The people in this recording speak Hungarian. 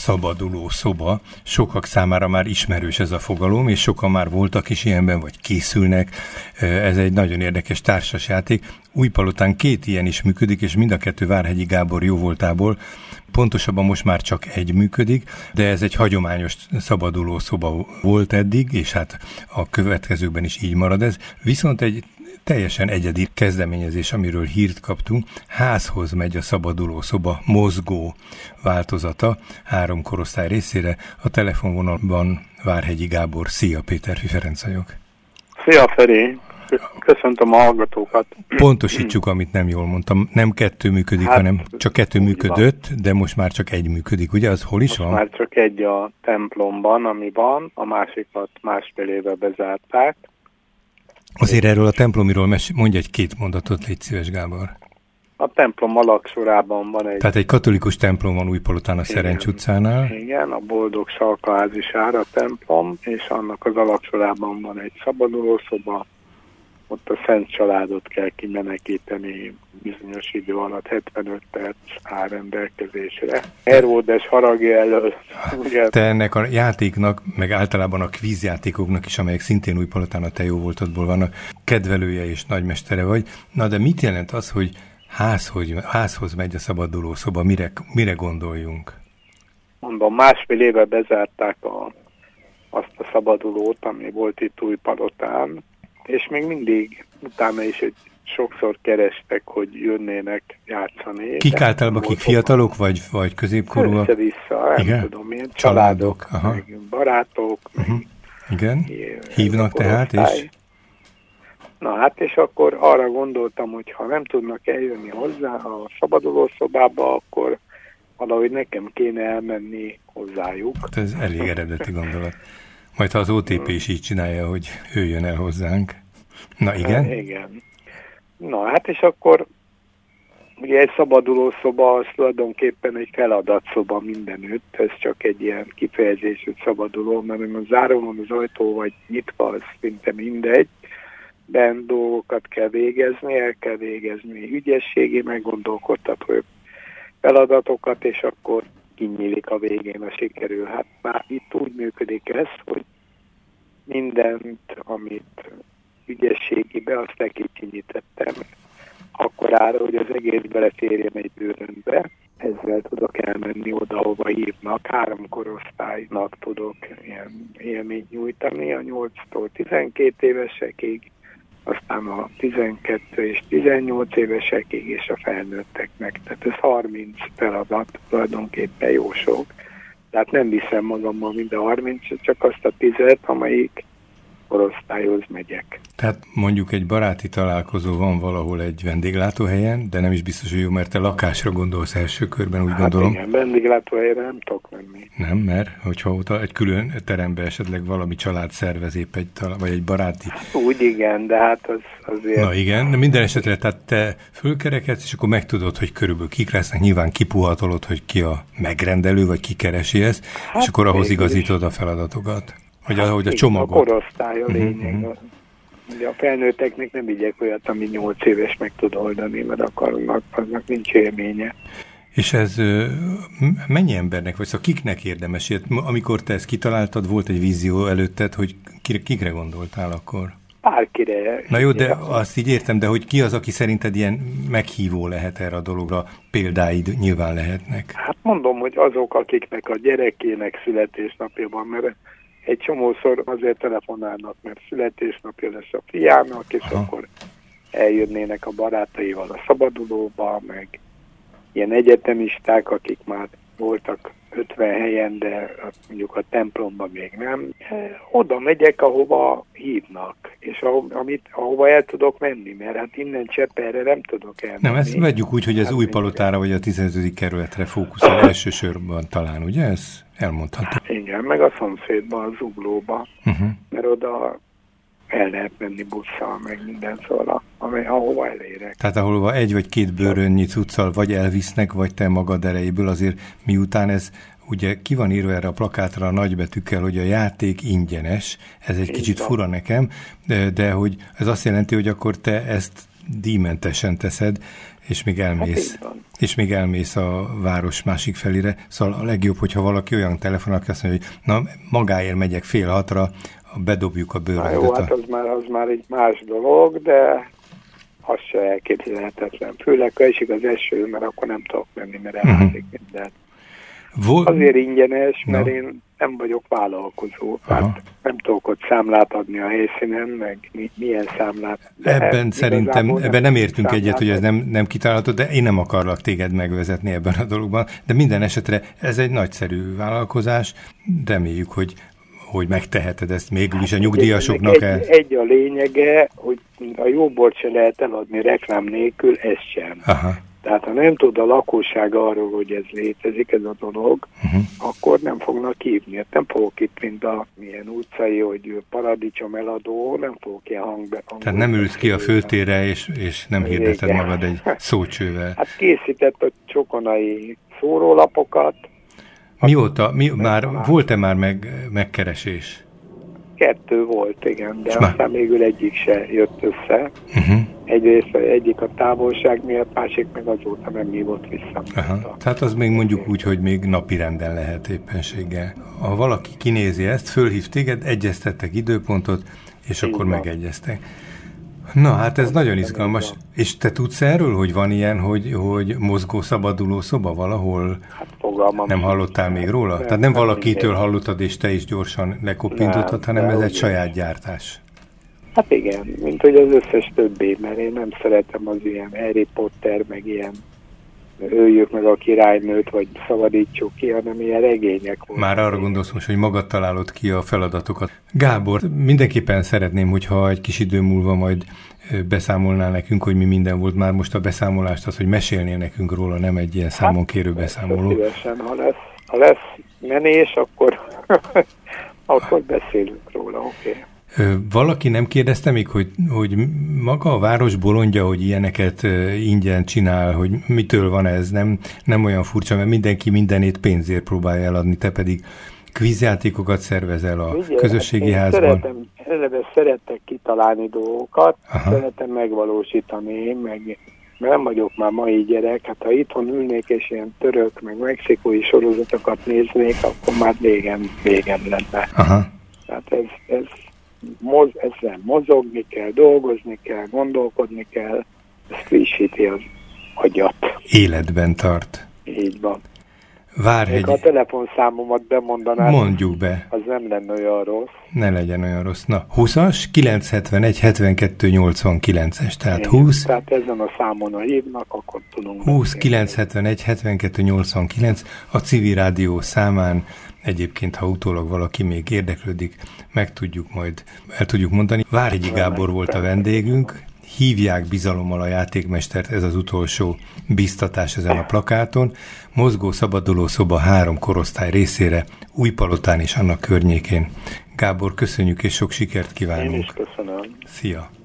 szabaduló szoba. Sokak számára már ismerős ez a fogalom, és sokan már voltak is ilyenben, vagy készülnek. Ez egy nagyon érdekes társasjáték. Újpalotán 2 ilyen is működik, és mind a 2 Várhegyi Gábor jóvoltából. Pontosabban most már csak egy működik, de ez egy hagyományos szabaduló szoba volt eddig, és hát a következőkben is így marad ez. Viszont egy teljesen egyedi kezdeményezés, amiről hírt kaptunk, házhoz megy a szabaduló szoba mozgó változata 3 korosztály részére. A telefonvonalban Várhegyi Gábor. Szia, Péterfi Ferenc vagyok. Szia, Feri! Köszöntöm a hallgatókat. Pontosítsuk, amit nem jól mondtam. Nem 2 működik, hanem csak 2 működött, de most már csak egy működik. Ugye, az hol is van? Most már csak egy a templomban, ami van, a másikat 1,5 éve bezárták. Azért erről a templomiról mondj egy 2 mondatot, légy szíves, Gábor. A templom alaksorában van egy... Tehát egy katolikus templom van Újpalotán a Szerencs utcánál. Igen, a Boldog Salkaházi Sára templom, és annak az alaksorában van egy szabadulószoba. Ott a Szent Családot kell kimenekíteni bizonyos idő alatt, 75 perc áll rendelkezésre. Heródes haragja elől. Te ennek a játéknak, meg általában a kvízjátékoknak is, amelyek szintén Újpalotán a te jó voltadból vannak, kedvelője és nagymestere vagy. Na de mit jelent az, hogy házhoz megy a szabaduló szoba? Mire gondoljunk? Mondom, 1,5 éve bezárták azt a szabadulót, ami volt itt Újpalotán, és még mindig utána is sokszor kerestek, hogy jönnének játszani. Kik általában, kik fiatalok, vagy középkorúak? Össze-vissza, nem tudom, ilyen családok, meg barátok. Igen, hívnak tehát, és... Na hát, és akkor arra gondoltam, hogy ha nem tudnak eljönni hozzá a szabadulószobába, akkor valahogy nekem kéne elmenni hozzájuk. Hát ez elég eredeti gondolat. Majd ha az OTP is így csinálja, hogy ő jön el hozzánk. Na igen? Igen. Na hát, és akkor ugye egy szabadulószoba az tulajdonképpen egy feladatszoba mindenütt, ez csak egy ilyen kifejezés, hogy szabaduló, mert a záron van az ajtó, vagy nyitva, az szinte mindegy. Bent dolgokat kell végezni, el kell végezni ügyességi, meggondolkodtató feladatokat, és akkor kinyílik a végén a sikerül. Hát már itt úgy működik ez, hogy mindent, amit ügyességibe, azt neki kinyítettem akkorára, hogy az egész beleférjen egy bőrönbe. Ezzel tudok elmenni oda, ahova hívnak. 3 korosztálynak tudok ilyen élményt nyújtani, a 8-tól 12 évesekig, aztán a 12 és 18 évesekig, és a felnőtteknek. Tehát ez 30 feladat, tulajdonképpen jó sok. Tehát nem viszem magammal mind a 30, csak azt a 10, amelyik korosztályhoz megyek. Tehát mondjuk egy baráti találkozó van valahol egy vendéglátóhelyen, de nem is biztos, hogy jó, mert te lakásra gondolsz első körben, úgy gondolom. Igen, vendéglátóhelyre nem tudok menni. Nem, mert hogyha ott egy külön teremben esetleg valami család szervez épp vagy egy baráti... Hát úgy igen, de hát az azért... Na igen, de minden esetre, tehát te fölkerekedsz, és akkor megtudod, hogy körülbelül kik lesznek, nyilván kipuhatolod, hogy ki a megrendelő, vagy ki keresi ezt, és akkor ahhoz igazítod a feladatokat. Vagy ahogy a csomagot. A korosztály a lényeg. Ugye a felnőtteknek nem vigyek olyat, ami 8 éves meg tud oldani, mert annak nincs élménye. És ez mennyi embernek, vagy szóval kiknek érdemes? Amikor te ezt kitaláltad, volt egy vízió előtted, hogy kikre gondoltál akkor? Bárkire. Na jó, de azt így értem, de hogy ki az, aki szerinted ilyen meghívó lehet erre a dologra? Példáid nyilván lehetnek. Hát mondom, hogy azok, akiknek a gyerekének születésnapja van, mert egy csomószor azért telefonálnak, mert születésnapja lesz a fiának, és akkor eljönnének a barátaival a szabadulóba, meg ilyen egyetemisták, akik már voltak 50 helyen, de mondjuk a templomban még nem. Oda megyek, ahova hívnak, és ahova el tudok menni, mert hát innen Csepelre nem tudok elmenni. Nem, ezt vegyük úgy, hogy ez Újpalotára vagy a 15. kerületre fókuszál elsősorban talán, ugye? Ez elmondható. Igen, meg a szomszédban, a Zuglóba, mert oda el lehet menni busszal, meg minden, szóval ahova elérek. Tehát ahova 1 vagy 2 bőrönnyi cuccal vagy elvisznek, vagy te magad erejéből, azért miután ez ugye ki van írva erre a plakátra a nagybetűkkel, hogy a játék ingyenes, ez egy kicsit fura nekem, de hogy ez azt jelenti, hogy akkor te ezt díjmentesen teszed, és még elmész a város másik felére. Szóval a legjobb, hogyha valaki olyan telefonál, aki azt mondja, hogy na, magáért megyek 5:30, bedobjuk a bőrödet. Jó, hát az már egy más dolog, de az se elképzelhetetlen. Főleg, ha esik az eső, mert akkor nem tudok menni, mert elmászik mindent. Azért ingyenes, mert én nem vagyok vállalkozó. Tehát nem tudok ott számlát adni a helyszínen, meg milyen számlát. Ebben szerintem, ebben nem értünk egyet, hogy ez nem kitalálható, de én nem akarlak téged megvezetni ebben a dologban. De minden esetre ez egy nagyszerű vállalkozás. Reméljük, hogy megteheted ezt mégis is a nyugdíjasoknak. Egy a lényege, hogy a jó bort se lehet eladni reklám nélkül, ez sem. Aha. Tehát ha nem tud a lakosság arról, hogy ez létezik, ez a dolog, akkor nem fognak hívni. Nem fogok itt, mint a milyen utcai, hogy paradicsom eladó, nem fogok ilyen hangbe. Tehát nem ülsz ki a föltérre, és nem hirdeted magad egy szócsővel. Hát készített a csokonai szórólapokat. Volt-e már megkeresés? 2 volt, igen, de aztán végül egyik se jött össze. Egyrészt egyik a távolság miatt, másik meg azóta nem hívott vissza. Tehát az még mondjuk úgy, hogy még napirenden lehet éppenséggel. Ha valaki kinézi ezt, fölhív téged, egyeztettek időpontot, és akkor megegyeztek. Na, hát ez nagyon izgalmas. És te tudsz erről, hogy van ilyen, hogy mozgó, szabaduló szoba valahol? Hát fogalmam. Nem hallottál még róla? Tehát nem valakitől hallottad, és te is gyorsan lekopintottad, hanem ez egy saját gyártás. Hát igen, mint hogy az összes többi, mert én nem szeretem az ilyen Harry Potter, meg ilyen öljük meg a királynőt, vagy szabadítsuk ki, hanem ilyen regények voltak. Már arra gondolsz most, hogy magad találod ki a feladatokat. Gábor, mindenképpen szeretném, hogyha egy kis idő múlva majd beszámolnál nekünk, hogy mi minden volt már most a beszámolást, az, hogy mesélnél nekünk róla, nem egy ilyen számon kérő beszámoló. Szívesen, ha lesz menés, akkor beszélünk róla, oké. Valaki nem kérdezte még, hogy maga a város bolondja, hogy ilyeneket ingyen csinál, hogy mitől van ez, nem olyan furcsa, mert mindenki mindenét pénzért próbálja eladni, te pedig kvízjátékokat szervezel a közösségi házban. Szeretek kitalálni dolgokat, szeretem megvalósítani, mert nem vagyok már mai gyerek, hát ha itthon ülnék és ilyen török, meg mexikói sorozatokat néznék, akkor már végem lenne. Tehát ezzel mozogni kell, dolgozni kell, gondolkodni kell, ez frissíti az agyat. Életben tart. Így van. Várhegy. Ha a telefonszámomat bemondanád, mondjuk be. Az nem lenne olyan rossz. Ne legyen olyan rossz. Na, 20-as, 971 72 89-es, tehát 20. Tehát ezen a számon, ha hívnak, akkor tudunk. 20 971 72 89 a Civil Rádió számán. Egyébként, ha utólag valaki még érdeklődik, el tudjuk mondani. Várhegyi Gábor volt a vendégünk, hívják bizalommal a játékmestert, ez az utolsó biztatás ezen a plakáton. Mozgó szabaduló szoba 3 korosztály részére, Újpalotán és annak környékén. Gábor, köszönjük és sok sikert kívánunk. Én is köszönöm. Szia!